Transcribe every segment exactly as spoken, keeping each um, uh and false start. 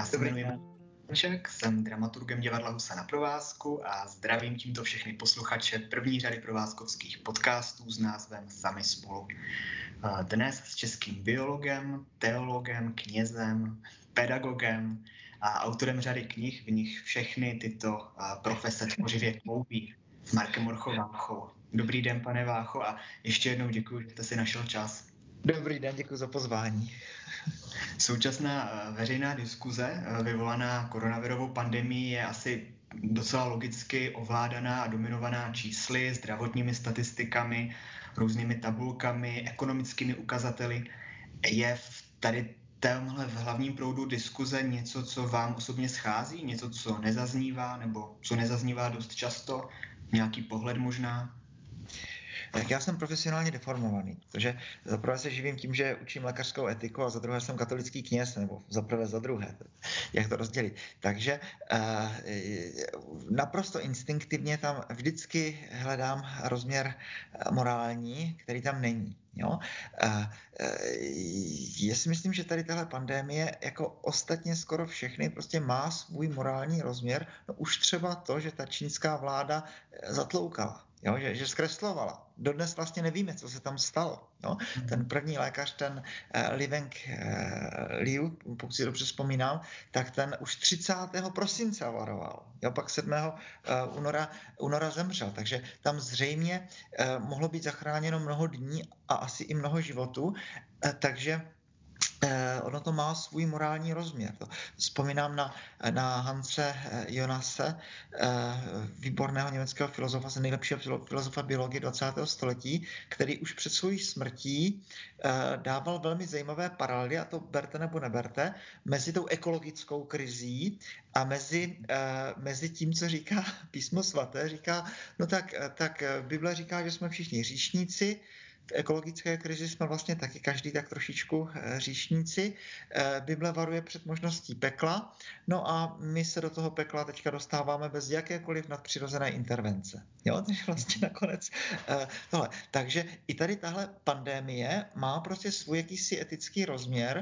se jmenuji Ček, jsem dramaturgem divadla Husa na provázku a zdravím tímto všechny posluchače první řady provázkovských podcastů s názvem Sami spolu. Dnes s českým biologem, teologem, knězem, pedagogem a autorem řady knih, v nich všechny tyto profese tvořivě kloubí, s Markem Orchou-Váchou. Dobrý den, pane Vácho, a ještě jednou děkuji, že jste si našel čas. Dobrý den, děkuji za pozvání. Současná veřejná diskuze vyvolaná koronavirovou pandemií je asi docela logicky ovládaná a dominovaná čísly, zdravotními statistikami, různými tabulkami, ekonomickými ukazateli. Je v tady témhle v hlavním proudu diskuze něco, co vám osobně schází, něco, co nezaznívá, nebo co nezaznívá dost často, nějaký pohled možná? Tak já jsem profesionálně deformovaný, protože za prvé se živím tím, že učím lékařskou etiku a za druhé jsem katolický kněz, nebo za prvé za druhé, jak to rozdělit. Takže eh, naprosto instinktivně tam vždycky hledám rozměr morální, který tam není. Jo? A, já si myslím, že tady tahle pandemie, jako ostatně skoro všechny, prostě má svůj morální rozměr. No už třeba to, že ta čínská vláda zatloukala, jo? Že, že zkreslovala. Dodnes vlastně nevíme, co se tam stalo. Jo? Ten první lékař, ten uh, Li Weng uh, Liu, pokud si dobře vzpomínám, tak ten už třicátého prosince varoval. Jo? Pak sedmého Uh, února, února zemřel. Takže tam zřejmě uh, mohlo být zachráněno mnoho dní a asi i mnoho životů. Uh, takže Eh, ono to má svůj morální rozměr. Vzpomínám na, na Hanse Jonase, eh, výborného německého filozofa, nejlepšího filozofa biologie dvacátého století, který už před svou smrtí eh, dával velmi zajímavé paralely, a to berte nebo neberte, mezi tou ekologickou krizí a mezi, eh, mezi tím, co říká písmo svaté. Říká, no tak, tak Bible říká, že jsme všichni hříšníci, v ekologické krizi jsme vlastně taky každý tak trošičku hříšníci. Bible varuje před možností pekla, no a my se do toho pekla teďka dostáváme bez jakékoliv nadpřirozené intervence. Jo, takže vlastně nakonec tohle. Takže i tady tahle pandemie má prostě svůj jakýsi etický rozměr,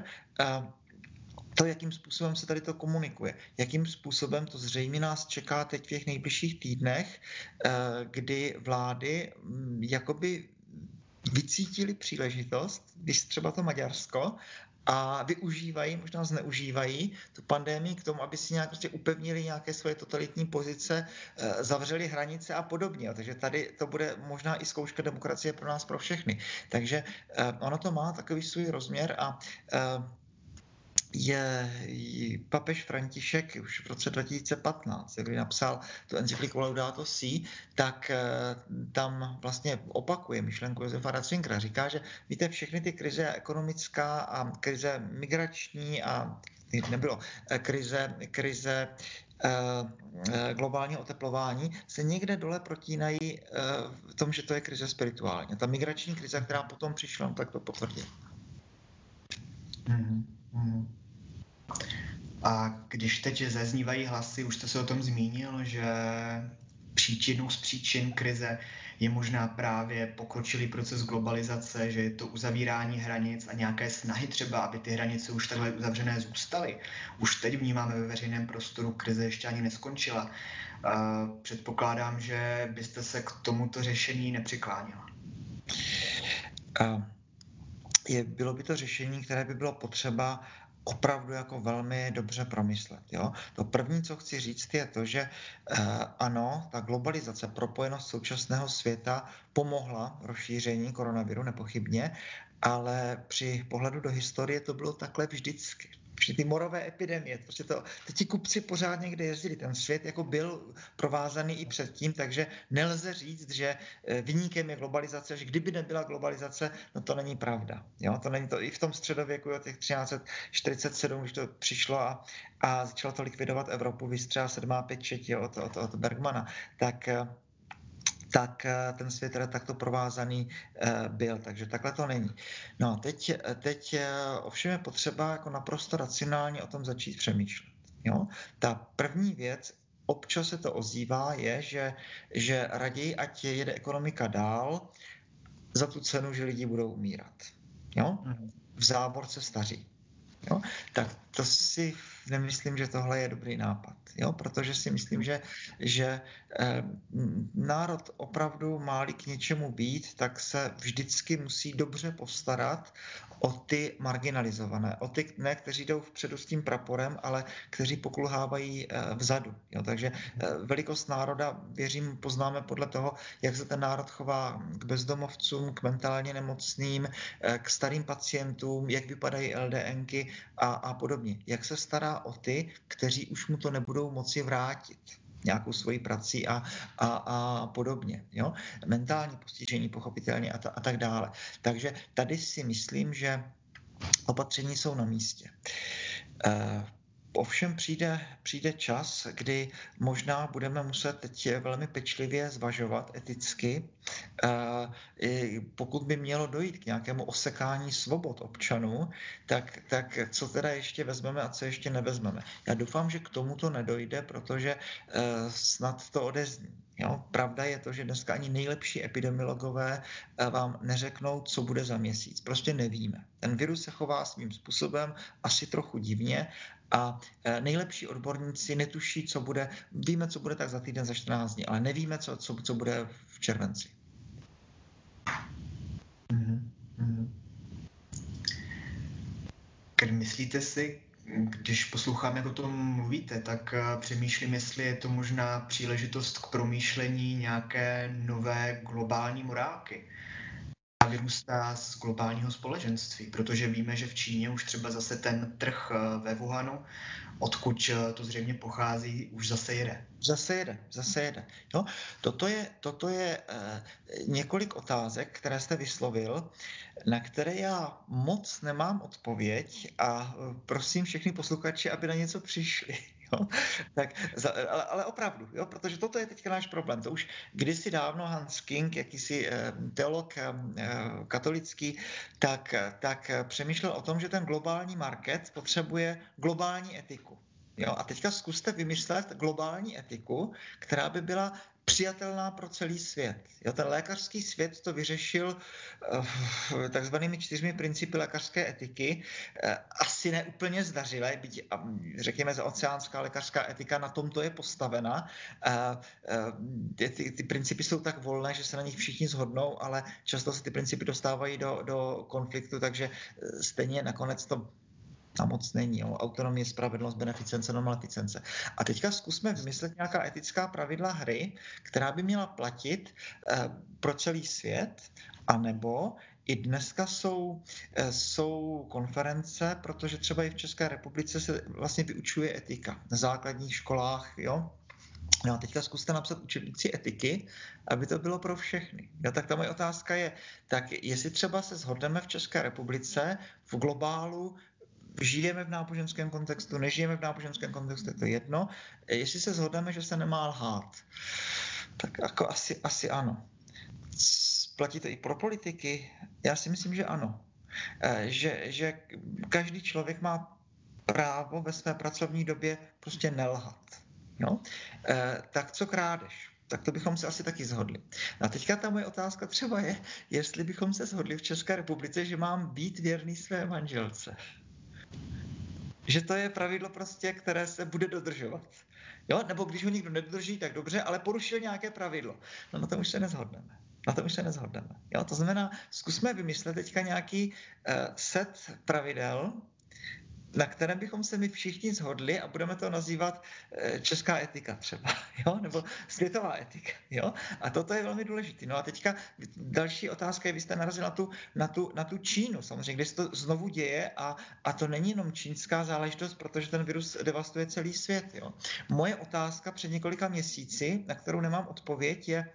to, jakým způsobem se tady to komunikuje, jakým způsobem to zřejmě nás čeká teď v těch nejbližších týdnech, kdy vlády jakoby vycítili příležitost, když třeba to Maďarsko, a využívají, možná zneužívají tu pandemii k tomu, aby si nějak prostě upevnili nějaké svoje totalitní pozice, zavřeli hranice a podobně. Takže tady to bude možná i zkouška demokracie pro nás, pro všechny. Takže ono to má takový svůj rozměr a je papež František už v roce dva tisíce patnáct, kdy napsal tu encykliku Laudato Si, tak tam vlastně opakuje myšlenku Josefa Ratzingera. Říká, že víte, všechny ty krize ekonomická a krize migrační a nebylo krize, krize globálního oteplování se někde dole protínají v tom, že to je krize spirituální. Ta migrační krize, která potom přišla, tak to potvrdí. Mm-hmm. A když teď zaznívají hlasy, už jste se o tom zmínil, že příčinou z příčin krize je možná právě pokročilý proces globalizace, že je to uzavírání hranic a nějaké snahy třeba, aby ty hranice už takhle uzavřené zůstaly. Už teď vnímáme ve veřejném prostoru, krize ještě ani neskončila. Předpokládám, že byste se k tomuto řešení nepřikláněla. Je, bylo by to řešení, které by bylo potřeba opravdu jako velmi dobře promyslet. Jo? To první, co chci říct, je to, že eh, ano, ta globalizace, propojenost současného světa pomohla rozšíření koronaviru nepochybně, ale při pohledu do historie to bylo takhle vždycky. Vždy ty morové epidemie, prostě to, teď ti kupci pořád někde jezdili, ten svět jako byl provázaný i předtím, takže nelze říct, že viníkem je globalizace, že kdyby nebyla globalizace, no to není pravda. Jo? To není to i v tom středověku, od těch třináct set čtyřicet sedm, když to přišlo a, a začalo to likvidovat Evropu, vystřela sedmá pečeť od, od, od Bergmana, tak tak ten svět teda takto provázaný byl, takže takhle to není. No teď, teď ovšem je potřeba jako naprosto racionálně o tom začít přemýšlet. Jo? Ta první věc, občas se to ozývá, je, že, že raději, ať jede ekonomika dál, za tu cenu, že lidi budou umírat. Jo? V závorce staří. Jo? Tak to si nemyslím, že tohle je dobrý nápad, jo? Protože si myslím, že, že eh, národ opravdu má-li k něčemu být, tak se vždycky musí dobře postarat o ty marginalizované, o ty, ne, kteří jdou vpředu s tím praporem, ale kteří pokulhávají eh, vzadu. Jo? Takže eh, velikost národa, věřím, poznáme podle toho, jak se ten národ chová k bezdomovcům, k mentálně nemocným, eh, k starým pacientům, jak vypadají LDNky a, a podobně. Jak se stará o ty, kteří už mu to nebudou moci vrátit nějakou svoji prací a, a, a podobně. Jo? Mentální postižení pochopitelně a, ta, a tak dále. Takže tady si myslím, že opatření jsou na místě. E, Ovšem přijde, přijde čas, kdy možná budeme muset teď velmi pečlivě zvažovat eticky, pokud by mělo dojít k nějakému osekání svobod občanů, tak, tak co teda ještě vezmeme a co ještě nevezmeme. Já doufám, že k tomu to nedojde, protože snad to odezní. Jo? Pravda je to, že dneska ani nejlepší epidemiologové vám neřeknou, co bude za měsíc. Prostě nevíme. Ten virus se chová svým způsobem, asi trochu divně, a nejlepší odborníci netuší, co bude. Víme, co bude tak za týden, za čtrnáct dní, ale nevíme, co, co, co bude v červenci. Mm-hmm. Myslíte si, když poslouchám, jak o tom mluvíte, tak přemýšlím, jestli je to možná příležitost k promýšlení nějaké nové globální morálky a vyrůstá z globálního společenství, protože víme, že v Číně už třeba zase ten trh ve Wuhanu, odkud to zřejmě pochází, už zase jede. Zase jede, zase jede. Jo? Toto je, toto je eh, několik otázek, které jste vyslovil, na které já moc nemám odpověď a prosím všechny posluchače, aby na něco přišli. Jo? Tak, ale, ale opravdu, jo? Protože toto je teďka náš problém. To už kdysi dávno Hans King, jakýsi eh, teolog eh, katolický, tak, tak přemýšlel o tom, že ten globální market potřebuje globální etiku. Jo? A teďka zkuste vymyslet globální etiku, která by byla přijatelná pro celý svět. Jo, ten lékařský svět to vyřešil uh, takzvanými čtyřmi principy lékařské etiky. Uh, asi neúplně zdařile, byť řekněme, že oceánská lékařská etika na tomto je postavena. Uh, uh, ty, ty principy jsou tak volné, že se na nich všichni shodnou, ale často se ty principy dostávají do, do konfliktu, takže stejně nakonec to a moc není. Jo. Autonomie, spravedlnost, beneficence, non-maleficence. A teďka zkusme vymyslet nějaká etická pravidla hry, která by měla platit eh, pro celý svět, anebo i dneska jsou, eh, jsou konference, protože třeba i v České republice se vlastně vyučuje etika na základních školách, jo. No a teďka zkuste napsat učebnici etiky, aby to bylo pro všechny. Jo, tak ta moje otázka je, tak jestli třeba se shodneme v České republice v globálu, žijeme v náboženském kontextu, nežijeme v náboženském kontextu, je to jedno. Jestli se shodneme, že se nemá lhát, tak jako asi, asi ano. Platí to i pro politiky? Já si myslím, že ano. Že, že každý člověk má právo ve své pracovní době prostě nelhat. Jo? Tak co krádež? Tak to bychom se asi taky shodli. A teďka ta moje otázka třeba je, jestli bychom se shodli v České republice, že mám být věrný své manželce. Že to je pravidlo prostě, které se bude dodržovat. Jo? Nebo když ho nikdo nedodrží, tak dobře, ale porušil nějaké pravidlo. No na tom už se nezhodneme. Na tom už se nezhodneme. Jo? To znamená, zkusme vymyslet teďka nějaký uh, set pravidel, na kterém bychom se my všichni shodli a budeme to nazývat česká etika třeba, jo? Nebo světová etika. Jo? A toto je velmi důležité. No a teďka další otázka je, vy jste narazili na tu, na tu, na tu Čínu, samozřejmě, kde se to znovu děje a, a to není jenom čínská záležitost, protože ten virus devastuje celý svět. Jo? Moje otázka před několika měsíci, na kterou nemám odpověď, je,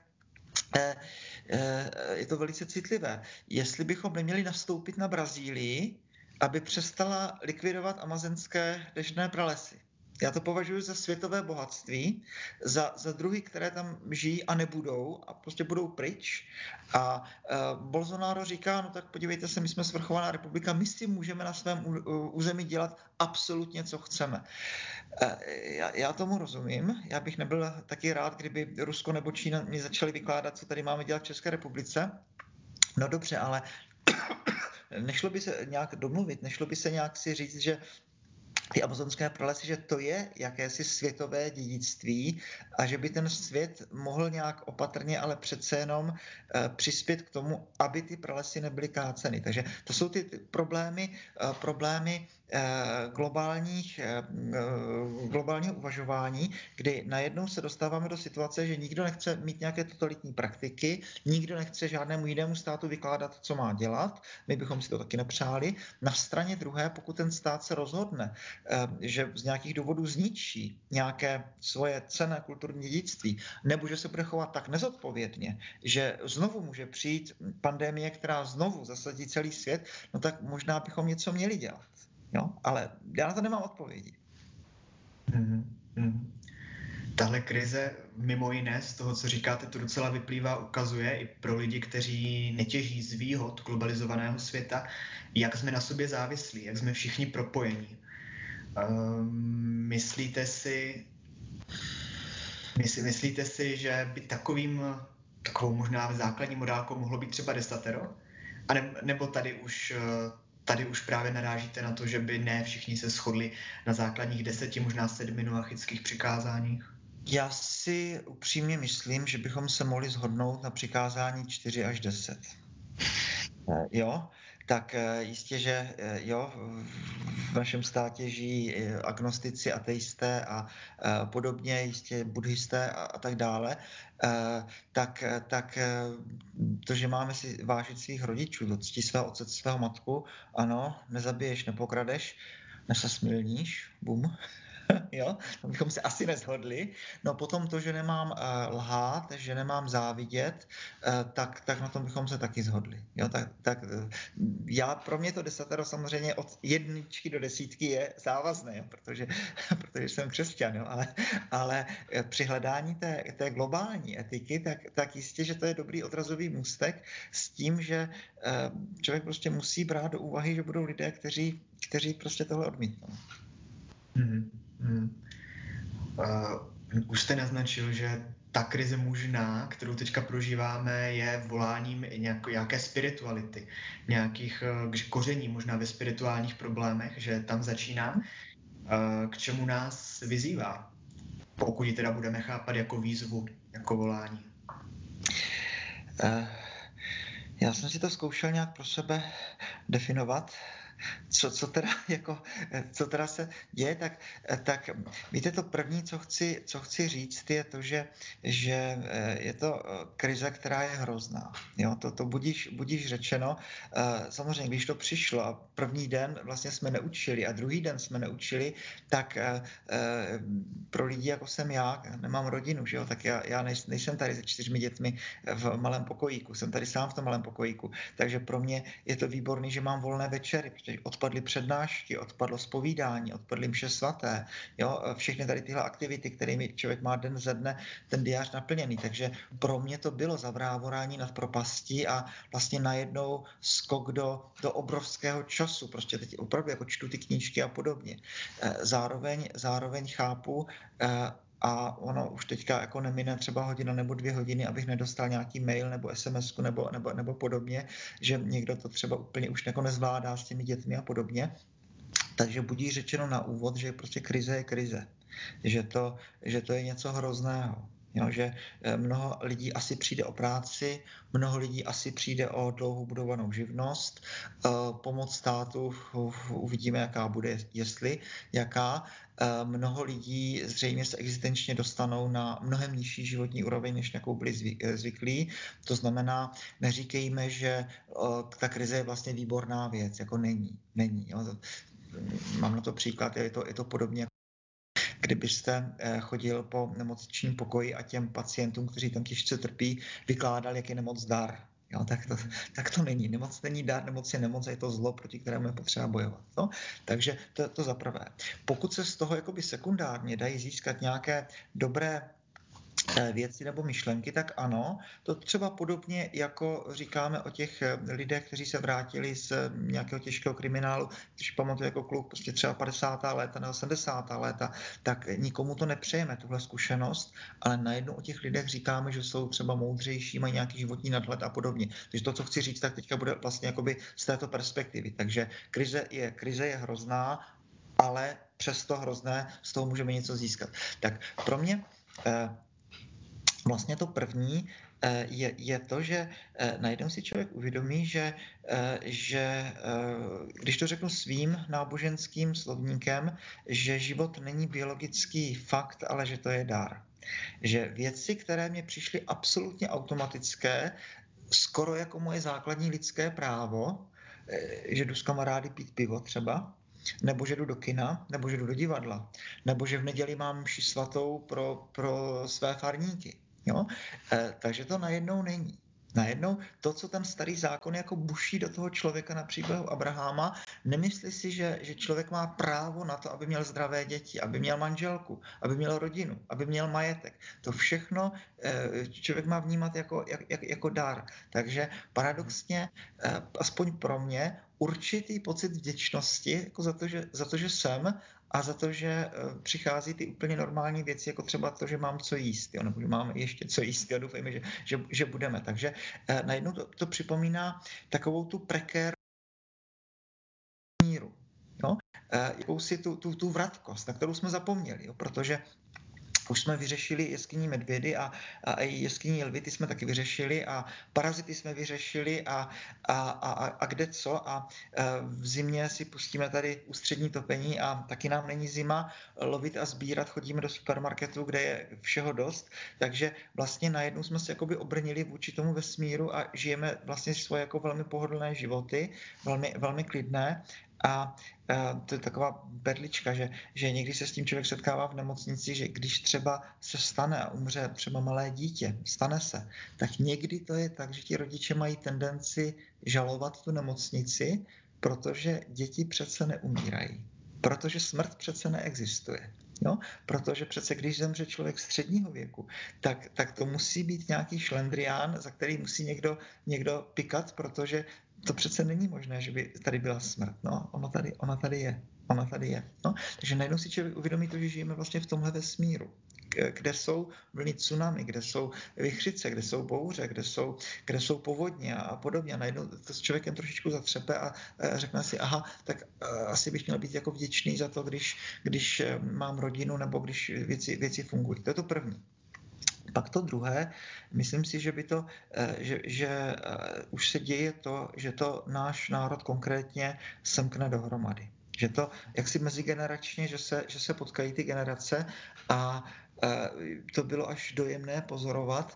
je to velice citlivé. Jestli bychom neměli nastoupit na Brazílii, aby přestala likvidovat amazonské deštné pralesy. Já to považuji za světové bohatství, za, za druhy, které tam žijí a nebudou a prostě budou pryč. A e, Bolsonaro říká, no tak podívejte se, my jsme svrchovaná republika, my si můžeme na svém území dělat absolutně, co chceme. E, já, já tomu rozumím, já bych nebyl taky rád, kdyby Rusko nebo Čína mě začali vykládat, co tady máme dělat v České republice. No dobře, ale nešlo by se nějak domluvit, nešlo by se nějak si říct, že ty amazonské pralesy, že to je jakési světové dědictví a že by ten svět mohl nějak opatrně, ale přece jenom e, přispět k tomu, aby ty pralesy nebyly káceny. Takže to jsou ty problémy, e, problémy e, globálních, e, globálního uvažování, kdy najednou se dostáváme do situace, že nikdo nechce mít nějaké totalitní praktiky, nikdo nechce žádnému jinému státu vykládat, co má dělat, my bychom si to taky nepřáli. Na straně druhé, pokud ten stát se rozhodne, že z nějakých důvodů zničí nějaké svoje cenné kulturní dědictví, nebo že se bude chovat tak nezodpovědně, že znovu může přijít pandemie, která znovu zasadí celý svět, no tak možná bychom něco měli dělat. Jo? Ale já na to nemám odpovědi. Mm-hmm. Tahle krize mimo jiné z toho, co říkáte, to docela vyplývá, ukazuje i pro lidi, kteří netěží z výhod globalizovaného světa, jak jsme na sobě závislí, jak jsme všichni propojení. Um, myslíte si, myslí, myslíte si, že by takovým, takovou možná základní morálkou mohlo být třeba desatero? A ne, nebo tady už, tady už právě narážíte na to, že by ne všichni se shodli na základních deseti, možná sedmi noachických přikázáních? Já si upřímně myslím, že bychom se mohli shodnout na přikázání čtyři až deset. Jo? Tak jistě, že jo, v našem státě žijí agnostici, ateisté a podobně, jistě buddhisté a tak dále, tak, tak to, že máme si vážit svých rodičů, do cti svého otce, svého matku, ano, nezabiješ, nepokradeš, nesasmilníš, bum. Jo, to bychom se asi neshodli. No potom to, že nemám uh, lhát, že nemám závidět, uh, tak, tak na tom bychom se taky shodli. Jo, tak, tak uh, já, pro mě to desatero samozřejmě od jedničky do desítky je závazné, jo, protože, protože jsem křesťan, jo, ale, ale při hledání té, té globální etiky, tak, tak jistě, že to je dobrý odrazový můstek s tím, že uh, člověk prostě musí brát do úvahy, že budou lidé, kteří, kteří prostě tohle odmítnou. Hmm. Hmm. Uh, už jste naznačil, že ta krize možná, kterou teďka prožíváme, je voláním nějak, nějaké spirituality, nějakých uh, koření možná ve spirituálních problémech, že tam začínám, uh, k čemu nás vyzývá, pokud ji teda budeme chápat jako výzvu, jako volání. Uh, já jsem si to zkoušel nějak pro sebe definovat. Co, co, teda, jako, co teda se děje, tak, tak víte, to první, co chci, co chci říct, je to, že, že je to krize, která je hrozná. Jo? To, to budíš, budíš řečeno. Samozřejmě, když to přišlo a první den vlastně jsme neučili a druhý den jsme neučili, tak pro lidi, jako jsem já, nemám rodinu, že jo? Tak já, já nejsem tady se čtyřmi dětmi v malém pokojíku, jsem tady sám v tom malém pokojíku, takže pro mě je to výborný, že mám volné večery, protože odpadly přednášky, odpadlo zpovídání, odpadly mše svaté, jo, všechny tady tyhle aktivity, kterými člověk má den ze dne ten diář naplněný, takže pro mě to bylo zavrávorání nad propastí a vlastně najednou skok do, do obrovského času, prostě teď opravdu jako čtu ty knížky a podobně. Zároveň, zároveň chápu, a ono už teďka jako nemine třeba hodina nebo dvě hodiny, abych nedostal nějaký mail nebo SMSku nebo, nebo, nebo podobně, že někdo to třeba úplně už jako nezvládá s těmi dětmi a podobně. Takže budí řečeno na úvod, že prostě krize je krize. Že to, že to je něco hrozného. Jo, že mnoho lidí asi přijde o práci, mnoho lidí asi přijde o dlouho budovanou živnost, pomoc státu uvidíme, jaká bude, jestli, jaká. Mnoho lidí zřejmě se existenčně dostanou na mnohem nižší životní úroveň, než jakou byli zvyklí. To znamená, neříkejme, že ta krize je vlastně výborná věc, jako není. není jo. Mám na to příklad, je to, je to podobně. Kdybyste chodil po nemocničním pokoji a těm pacientům, kteří tam těžce trpí, vykládal, jak je nemoc dar. Jo, tak, to, tak to není. Nemoc není dar, nemoc je nemoc a je to zlo, proti kterému je potřeba bojovat. No? Takže to je to za prvé. Pokud se z toho jakoby sekundárně dají získat nějaké dobré věci nebo myšlenky, tak ano, to třeba podobně jako říkáme o těch lidech, kteří se vrátili z nějakého těžkého kriminálu, když pamatuju jako kluk, prostě třeba padesátá léta nebo sedmdesátá léta, tak nikomu to nepřejeme, tuhle zkušenost, ale najednou o těch lidech říkáme, že jsou třeba moudřejší, mají nějaký životní nadhled a podobně. Takže to, co chci říct, tak teďka bude vlastně jakoby z této perspektivy. Takže krize je, krize je hrozná, ale přesto hrozné, z toho můžeme něco získat. Tak pro mě vlastně to první je, je to, že najednou si člověk uvědomí, že, že když to řeknu svým náboženským slovníkem, že život není biologický fakt, ale že to je dar. Že věci, které mě přišly absolutně automatické, skoro jako moje základní lidské právo, že jdu s kamarády pít pivo třeba, nebo že jdu do kina, nebo že jdu do divadla, nebo že v neděli mám mši svatou pro, pro své farníky. Jo? E, takže to najednou není. Najednou to, co ten starý zákon jako buší do toho člověka na příběhu Abraháma, nemyslí si, že, že člověk má právo na to, aby měl zdravé děti, aby měl manželku, aby měl rodinu, aby měl majetek. To všechno e, člověk má vnímat jako, jak, jako dar. Takže paradoxně, e, aspoň pro mě, určitý pocit vděčnosti jako za to, že, za to, že jsem, a za to, že přichází ty úplně normální věci, jako třeba to, že mám co jíst, jo, nebo že máme ještě co jíst a doufejme, že, že, že budeme. Takže eh, najednou to, to připomíná takovou tu prekérní míru, jo? Eh, jakousi tu, tu, tu vratkost, na kterou jsme zapomněli, jo? Protože už jsme vyřešili jeskyní medvědy a, a i jeskyní lvy, ty jsme taky vyřešili a parazity jsme vyřešili a, a, a, a kde co a v zimě si pustíme tady ústřední topení a taky nám není zima, lovit a sbírat chodíme do supermarketu, kde je všeho dost, takže vlastně najednou jsme se jakoby obrnili vůči tomu vesmíru a žijeme vlastně svoje jako velmi pohodlné životy, velmi, velmi klidné. A to je taková berlička, že, že někdy se s tím člověk setkává v nemocnici, že když třeba se stane a umře třeba malé dítě, stane se, tak někdy to je tak, že ti rodiče mají tendenci žalovat tu nemocnici, protože děti přece neumírají, protože smrt přece neexistuje. Jo? Protože přece, když zemře člověk středního věku, tak, tak to musí být nějaký šlendrián, za který musí někdo, někdo pikat, protože to přece není možné, že by tady byla smrt. No, ona tady, ona tady je. Ona tady je. No, takže najednou si člověk uvědomí to, že žijeme vlastně v tomhle vesmíru, kde jsou vlny tsunami, kde jsou vichřice, kde jsou bouře, kde jsou, kde jsou povodně a podobně. A najednou to s člověkem trošičku zatřepe a řekne si, aha, tak asi bych měl být jako vděčný za to, když, když mám rodinu nebo když věci, věci fungují. To je to první. Pak to druhé, myslím si, že by to, že, že už se děje to, že to náš národ konkrétně semkne dohromady. Že to jaksi mezigeneračně, že se, že se potkají ty generace a to bylo až dojemné pozorovat,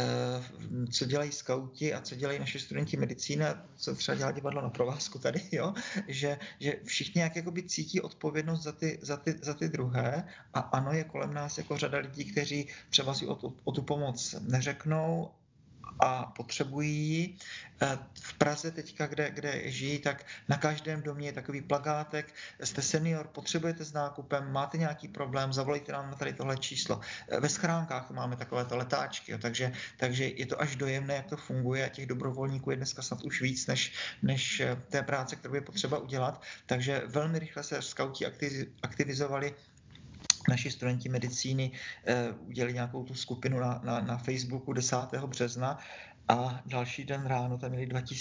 co dělají skauti a co dělají naši studenti medicíny, co třeba dělá divadlo na provázku tady, jo? Že, že všichni jak jakoby cítí odpovědnost za ty, za, ty, za ty druhé a ano, je kolem nás jako řada lidí, kteří třeba si o tu, o tu pomoc neřeknou a potřebují ji. V Praze teďka, kde, kde žijí, tak na každém domě je takový plakátek, jste senior, potřebujete s nákupem, máte nějaký problém, zavolejte nám na tady tohle číslo. Ve schránkách máme takovéto letáčky, jo, takže, takže je to až dojemné, jak to funguje. Těch dobrovolníků je dneska snad už víc, než, než té práce, kterou je potřeba udělat. Takže velmi rychle se skauti aktivizovali. Naši studenti medicíny eh, udělali nějakou tu skupinu na, na, na Facebooku desátého března a další den ráno tam měli dva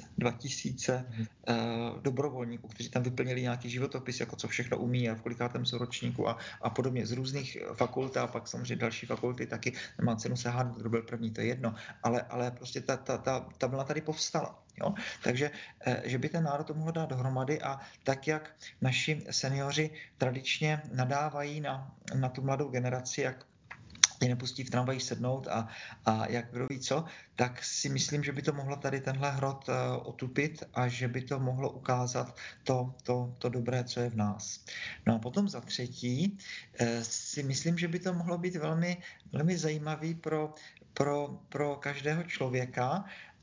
tisíce hmm. eh, dobrovolníků, kteří tam vyplnili nějaký životopis, jako co všechno umí a v kolikátém jsou ročníku a, a podobně z různých fakult a pak samozřejmě další fakulty taky, nemá cenu se hádat, kdo byl první, to je jedno, ale, ale prostě ta, ta, ta, ta vlna tady povstala. Jo? Takže, že by ten národ to mohl dát dohromady a tak, jak naši seniori tradičně nadávají na, na tu mladou generaci, jak je nepustí v tramvaji sednout a, a jak kdo ví co, tak si myslím, že by to mohlo tady tenhle hrot otupit a že by to mohlo ukázat to, to, to dobré, co je v nás. No a potom za třetí si myslím, že by to mohlo být velmi, velmi zajímavý pro, pro, pro každého člověka,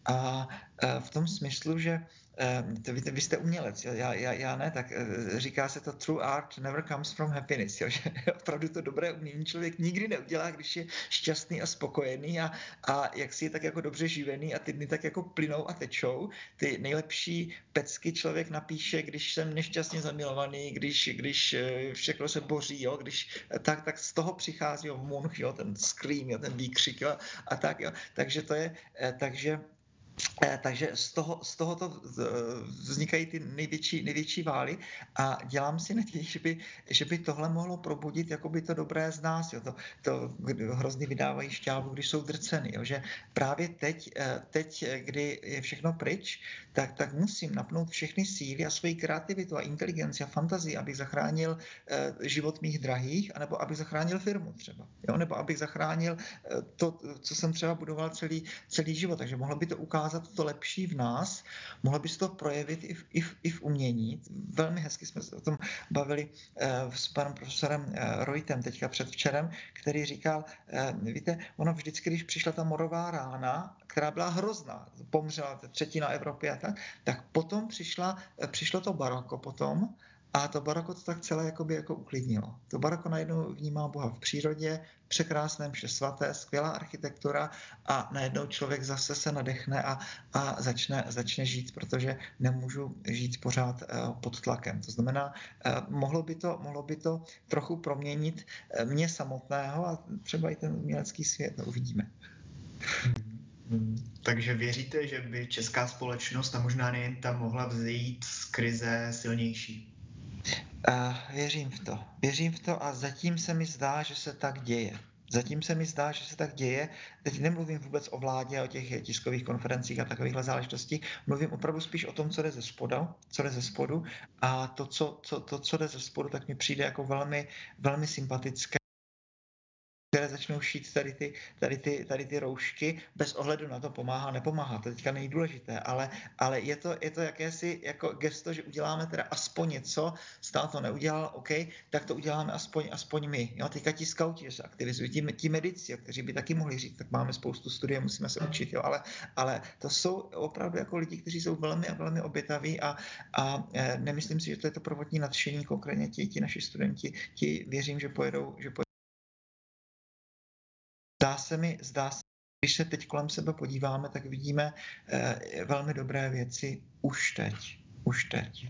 a v tom smyslu, že vy, vy jste umělec, já, já, já ne, tak říká se to true art never comes from happiness, jo, že opravdu to dobré umění člověk nikdy neudělá, když je šťastný a spokojený a, a jak si je tak jako dobře živený a ty dny tak jako plynou a tečou. Ty nejlepší pecky člověk napíše, když jsem nešťastně zamilovaný, když, když všechno se boří, jo, když, tak, tak z toho přichází jo, munch, jo, ten scream, jo, ten výkřik jo, a tak, jo. Takže to je, takže Takže z, toho, z tohoto vznikají ty největší, největší vály a dělám si naději, že by, že by tohle mohlo probudit jakoby to dobré z nás. Jo. To, to hrozně vydávají šťávu, když jsou drceny. Jo. Že právě teď, teď, kdy je všechno pryč, tak, tak musím napnout všechny síly a svoji kreativitu a inteligenci a fantazii, abych zachránil život mých drahých, anebo abych zachránil firmu třeba. Jo. Nebo abych zachránil to, co jsem třeba budoval celý, celý život. Takže mohlo by to ukázat to lepší v nás, mohlo by se to projevit i v, i v, i v umění. Velmi hezky jsme se o tom bavili uh, s panem profesorem uh, Reutem teďka předvčerem, který říkal, uh, víte, ono vždycky, když přišla ta morová rána, která byla hrozná, pomřela třetina Evropy a tak, tak potom přišla, přišlo to baroko potom, a to baroko to tak celé jakoby jako uklidnilo. To baroko najednou vnímá Boha v přírodě, překrásné mše svaté, skvělá architektura a najednou člověk zase se nadechne a, a začne, začne žít, protože nemůžu žít pořád pod tlakem. To znamená, mohlo by to, mohlo by to trochu proměnit mě samotného a třeba i ten umělecký svět, no, uvidíme. Takže věříte, že by česká společnost a možná nejen ta mohla vzejít z krize silnější? Uh, věřím v to. Věřím v to a zatím se mi zdá, že se tak děje. Zatím se mi zdá, že se tak děje. Teď nemluvím vůbec o vládě, o těch tiskových konferencích a takovýchhle záležitostí. Mluvím opravdu spíš o tom, co jde ze spoda, co jde ze spodu. A to, co, co, to, co jde ze spodu, tak mi přijde jako velmi, velmi sympatické, které začnou šít tady ty, tady, ty, tady ty roušky, bez ohledu na to pomáhá, nepomáhá, to teďka není důležité, ale, ale je, to, je to jakési jako gesto, že uděláme teda aspoň něco, stát to neudělal, OK, tak to uděláme aspoň, aspoň my. Jo, teďka ti skauti, že se aktivizují, ti, ti medici, kteří by taky mohli říct, tak máme spoustu studií, musíme se učit, jo, ale, ale to jsou opravdu jako lidi, kteří jsou velmi a velmi obětaví a, a nemyslím si, že to je to prvotní nadšení, konkrétně ti, ti naši studenti, ti věřím, že pojedou, že pojedou. Zdá se mi, zdá se, když se teď kolem sebe podíváme, tak vidíme eh, velmi dobré věci už teď. Už teď.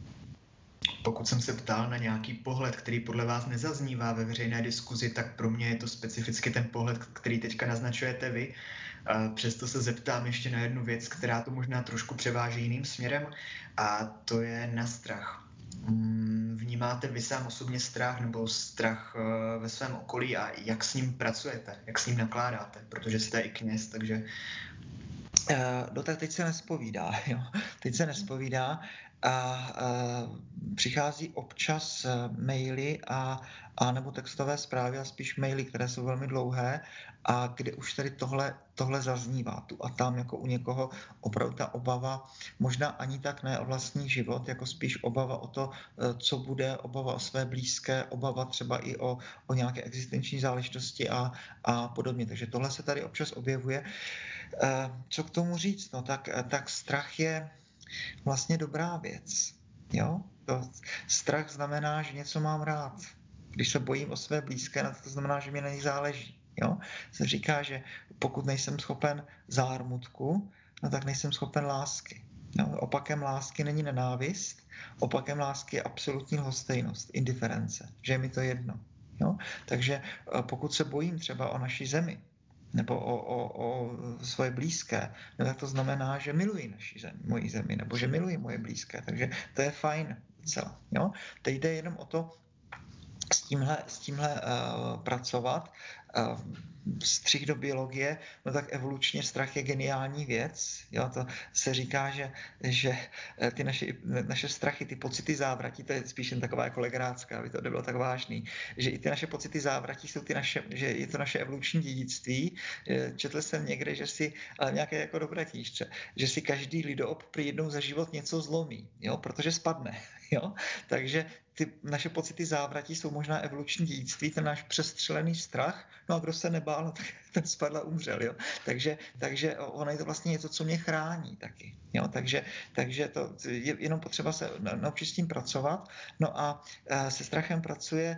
Pokud jsem se ptal na nějaký pohled, který podle vás nezaznívá ve veřejné diskuzi, tak pro mě je to specificky ten pohled, který teďka naznačujete vy. Přesto se zeptám ještě na jednu věc, která to možná trošku převáží jiným směrem, a to je na strach. Vnímáte vy sám osobně strach nebo strach ve svém okolí a jak s ním pracujete, jak s ním nakládáte, protože jste i kněz, takže... No tak teď se nespovídá, jo. Teď se nespovídá a, a přichází občas maily a, a nebo textové zprávy a spíš maily, které jsou velmi dlouhé a kde už tady tohle, tohle zaznívá tu a tam jako u někoho opravdu ta obava, možná ani tak ne o vlastní život, jako spíš obava o to, co bude, obava o své blízké, obava třeba i o, o nějaké existenční záležitosti a, a podobně. Takže tohle se tady občas objevuje. Co k tomu říct? No tak, tak strach je vlastně dobrá věc. Jo? To, strach znamená, že něco mám rád. Když se bojím o své blízké, to znamená, že mi na nich záleží. Jo? Se říká, že pokud nejsem schopen zármutku, no tak nejsem schopen lásky. No, opakem lásky není nenávist, opakem lásky je absolutní lhostejnost, indiference, že je mi to jedno. Jo? Takže pokud se bojím třeba o naší zemi, nebo o, o, o svoje blízké, no tak to znamená, že miluji naši zemi, moji zemi, nebo že miluji moje blízké, takže to je fajn celá. Jo? Teď jde jenom o to s tímhle, s tímhle uh, pracovat. Uh, střih do biologie, no tak evolučně strach je geniální věc. Jo? To se říká, že, že ty naše, naše strachy, ty pocity závratí, to je spíš jen taková jako legrancká, aby to nebylo tak vážný, že i ty naše pocity závratí jsou ty naše, že je to naše evoluční dědictví. Četl jsem někde, že si, ale nějaké jako dobré knížce, že si každý lidoop prý jednou za život něco zlomí, jo? Protože spadne. Jo? Takže ty naše pocity závratí jsou možná evoluční dědictví, ten náš přestřelený strach, no a kdo se nebál, no tak ten spadl a umřel, jo. Takže, takže ono je to vlastně něco, co mě chrání taky, jo. Takže, takže to je jenom potřeba se naučit s tím pracovat. No a se strachem pracuje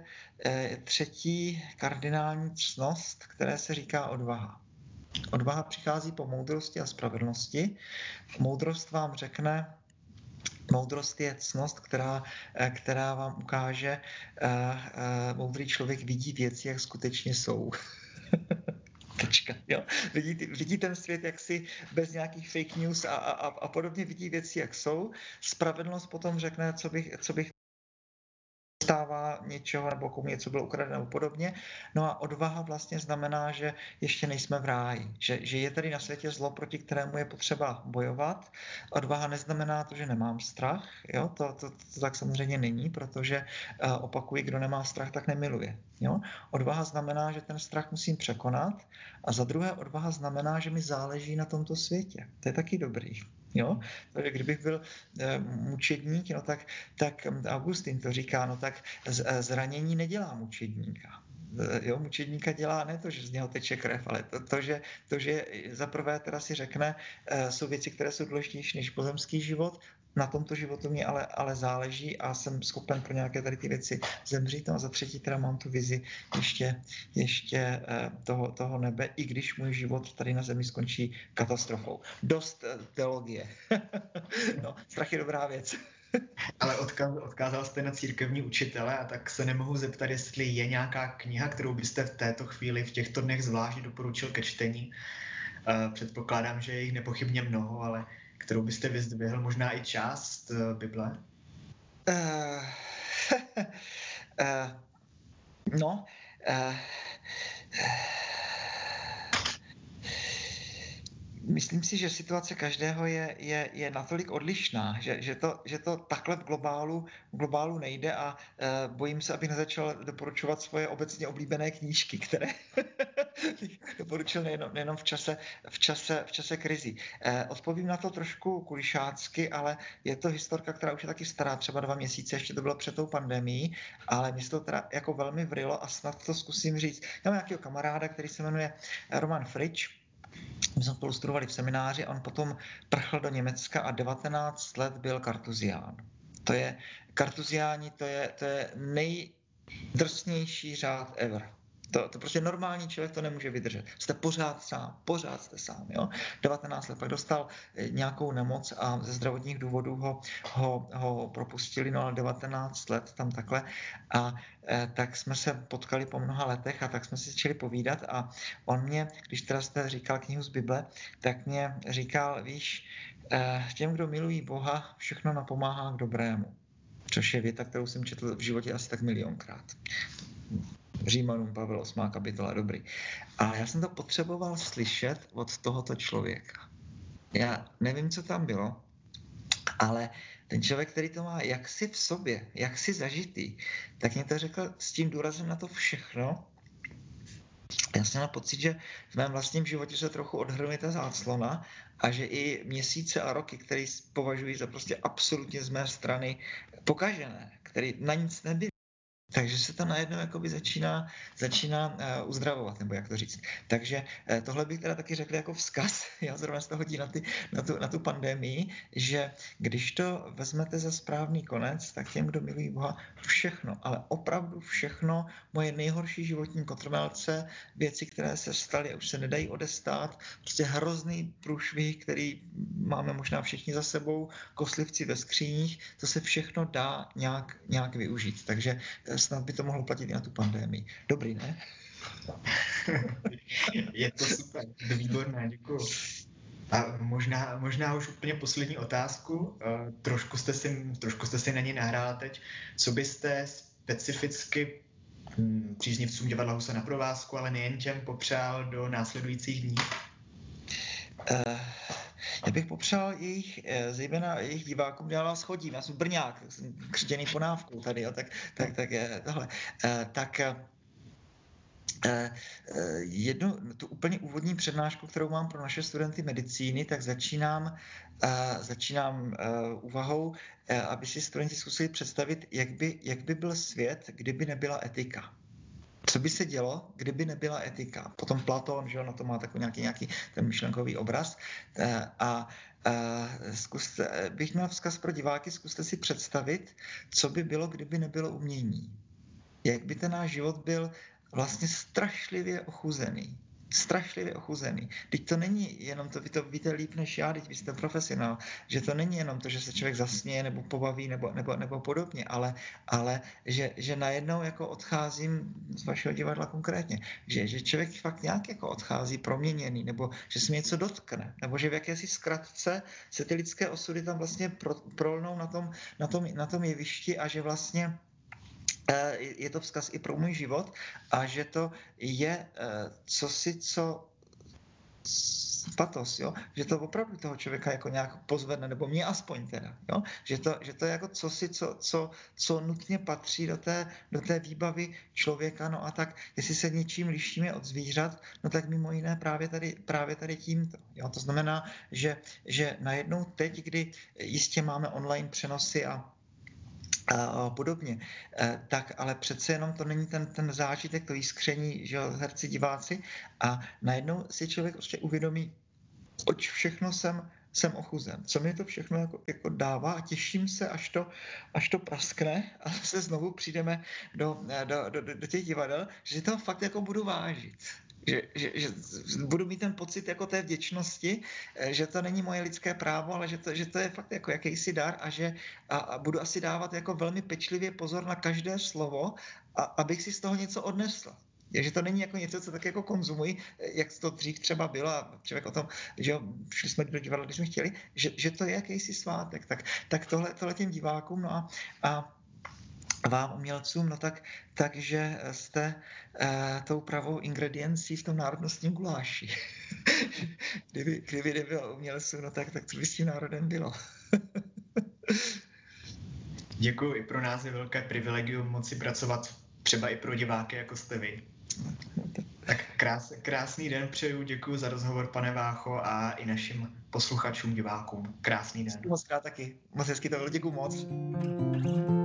třetí kardinální ctnost, které se říká odvaha. Odvaha přichází po moudrosti a spravedlnosti. Moudrost vám řekne, moudrost je ctnost, která, která vám ukáže, uh, uh, moudrý člověk vidí věci, jak skutečně jsou. Tečka, jo. Vidí, vidí ten svět jaksi bez nějakých fake news a, a, a podobně, vidí věci, jak jsou. Spravedlnost potom řekne, co bych, co bych stává něčeho, nebo komu něco bylo ukradeno nebo podobně. No a odvaha vlastně znamená, že ještě nejsme v ráji, že, že je tady na světě zlo, proti kterému je potřeba bojovat. Odvaha neznamená to, že nemám strach, jo? To, to, to, to tak samozřejmě není, protože uh, opakuji, kdo nemá strach, tak nemiluje. Jo? Odvaha znamená, že ten strach musím překonat, a za druhé odvaha znamená, že mi záleží na tomto světě. To je taky dobrý. Jo? Takže kdybych byl e, mučedník, no tak, tak Augustin to říká, no tak z, zranění nedělá mučedníka. Jo, mučedníka dělá ne to, že z něho teče krev, ale to, to, že, to, že za prvé teda si řekne, e, jsou věci, které jsou důležitější než pozemský život, na tomto životu mě ale, ale záleží a jsem schopen pro nějaké tady ty věci zemřít. No a za třetí teda mám tu vizi ještě, ještě toho, toho nebe, i když můj život tady na zemi skončí katastrofou. Dost teologie. No, strach je dobrá věc. Ale odkaz, odkázal jste na církevní učitele, a tak se nemohu zeptat, jestli je nějaká kniha, kterou byste v této chvíli, v těchto dnech zvláště doporučil ke čtení. Předpokládám, že je jich nepochybně mnoho, ale kterou byste vyzdvihl, možná i část Bible? Uh, uh, no, uh, myslím si, že situace každého je, je, je natolik odlišná, že, že, to, že to takhle v globálu, v globálu nejde a uh, bojím se, abych nezačal doporučovat svoje obecně oblíbené knížky, které doporučil nejenom, nejenom v čase, v čase, v čase krizi. Uh, odpovím na to trošku kulišácky, ale je to historka, která už je taky stará, třeba dva měsíce, ještě to bylo před tou pandemií, ale mě se to teda jako velmi vrilo a snad to zkusím říct. Já mám nějakého kamaráda, který se jmenuje Roman Fritsch. My jsme spolu studovali v semináři a on potom prchl do Německa a devatenáct let byl kartuzián. To je, kartuziáni, to je, to je nejdrsnější řád ever. To, to prostě normální člověk to nemůže vydržet. Jste pořád sám, pořád jste sám. Jo? devatenáct let, pak dostal nějakou nemoc a ze zdravotních důvodů ho, ho, ho propustili, no ale devatenáct let tam takhle. A eh, tak jsme se potkali po mnoha letech a tak jsme si začali povídat a on mě, když teda jste říkal knihu z Bible, tak mě říkal, víš, eh, těm, kdo milují Boha, všechno napomáhá k dobrému. Což je věta, kterou jsem četl v životě asi tak milionkrát. Římanům Pavel osmá kapitola, dobrý. A já jsem to potřeboval slyšet od tohoto člověka. Já nevím, co tam bylo, ale ten člověk, který to má jaksi v sobě, jaksi zažitý, tak mě to řekl s tím důrazem na to všechno. Já jsem měl pocit, že v mém vlastním životě se trochu odhrnuje ta záclona a že i měsíce a roky, které považuji za prostě absolutně z mé strany pokažené, které na nic nebyly, takže se to najednou jakoby začíná, začíná uh, uzdravovat, nebo jak to říct. Takže uh, tohle bych teda taky řekl jako vzkaz, já zrovna z toho hodí na, ty, na, tu, na tu pandemii, že když to vezmete za správný konec, tak těm, kdo milují Boha, všechno, ale opravdu všechno, moje nejhorší životní kotrmelce, věci, které se staly a už se nedají odestát, prostě hrozný průšvih, který máme možná všichni za sebou, koslivci ve skříních, to se všechno dá nějak, nějak využít. Takže snad by to mohlo platit i na tu pandemii. Dobrý, ne? Je to super, výborné, děkuju. A možná, možná už úplně poslední otázku. Trošku jste si, trošku jste si na ní nahrála teď. Co byste specificky hm, příznivcům divadla Husa na provázku, ale nejen těm, popřál do následujících dní? Uh... Já bych popřál jejich, zejména jejich divákům, kde já vás chodím, já jsem Brňák, jsem křtěný ponávkou tady, jo, tak, tak, tak tohle. Tak jednu, tu úplně úvodní přednášku, kterou mám pro naše studenty medicíny, tak začínám, začínám úvahou, aby si studenti zkusili představit, jak by, jak by byl svět, kdyby nebyla etika. Co by se dělo, kdyby nebyla etika? Potom Platón, že on na to má takový nějaký, nějaký ten myšlenkový obraz. A, a zkuste, bych měl vzkaz pro diváky, zkuste si představit, co by bylo, kdyby nebylo umění. Jak by ten náš život byl vlastně strašlivě ochuzený. strašlivě ochuzený. Teď to není jenom to, vy to víte líp než já, teď vy jste profesionál, že to není jenom to, že se člověk zasměje nebo pobaví nebo, nebo, nebo podobně, ale, ale že, že najednou jako odcházím z vašeho divadla konkrétně, že, že člověk fakt nějak jako odchází proměněný, nebo že se mi něco dotkne, nebo že v jakési zkratce se ty lidské osudy tam vlastně pro, prolnou na tom, na tom, na tom jevišti a že vlastně je to vzkaz i pro můj život a že to je cosi, co patos, jo? Že to opravdu toho člověka jako nějak pozvedne, nebo mě aspoň teda, jo? Že, to, že to je jako cosi, co, co, co nutně patří do té, do té výbavy člověka, no a tak, jestli se něčím lišíme od zvířat, no tak mimo jiné právě tady, právě tady tímto, jo? To znamená, že, že najednou teď, kdy jistě máme online přenosy a a podobně, tak ale přece jenom to není ten, ten zážitek, to jiskření, že jo, herci, diváci a najednou si člověk prostě uvědomí, oč všechno jsem, jsem ochuzen, co mi to všechno jako, jako dává a těším se, až to, až to praskne a se znovu přijdeme do, do, do, do těch divadel, že si toho fakt jako budu vážit. Že, že, že budu mít ten pocit jako té vděčnosti, že to není moje lidské právo, ale že to, že to je fakt jako jakýsi dar a že a, a budu asi dávat jako velmi pečlivě pozor na každé slovo, a, abych si z toho něco odnesl. Takže to není jako něco, co tak jako konzumuji, jak to dřív třeba bylo a člověk o tom, že jo, šli jsme do divadla, když jsme chtěli, že, že to je jakýsi svátek. Tak, tak tohle, tohle těm divákům, no a, a vám umělcům, no tak, takže jste uh, tou pravou ingrediencí v tom národnostním guláši. kdyby, kdyby nebylo umělců, no tak, tak co by s tím národem bylo? Děkuji, i pro nás je velké privilegium moci pracovat třeba i pro diváky, jako jste vy. Tak krás, krásný den přeju, děkuji za rozhovor, pane Vácho, a i našim posluchačům, divákům. Krásný den. Moc krát taky. Moc hezky to bylo, děkuji moc.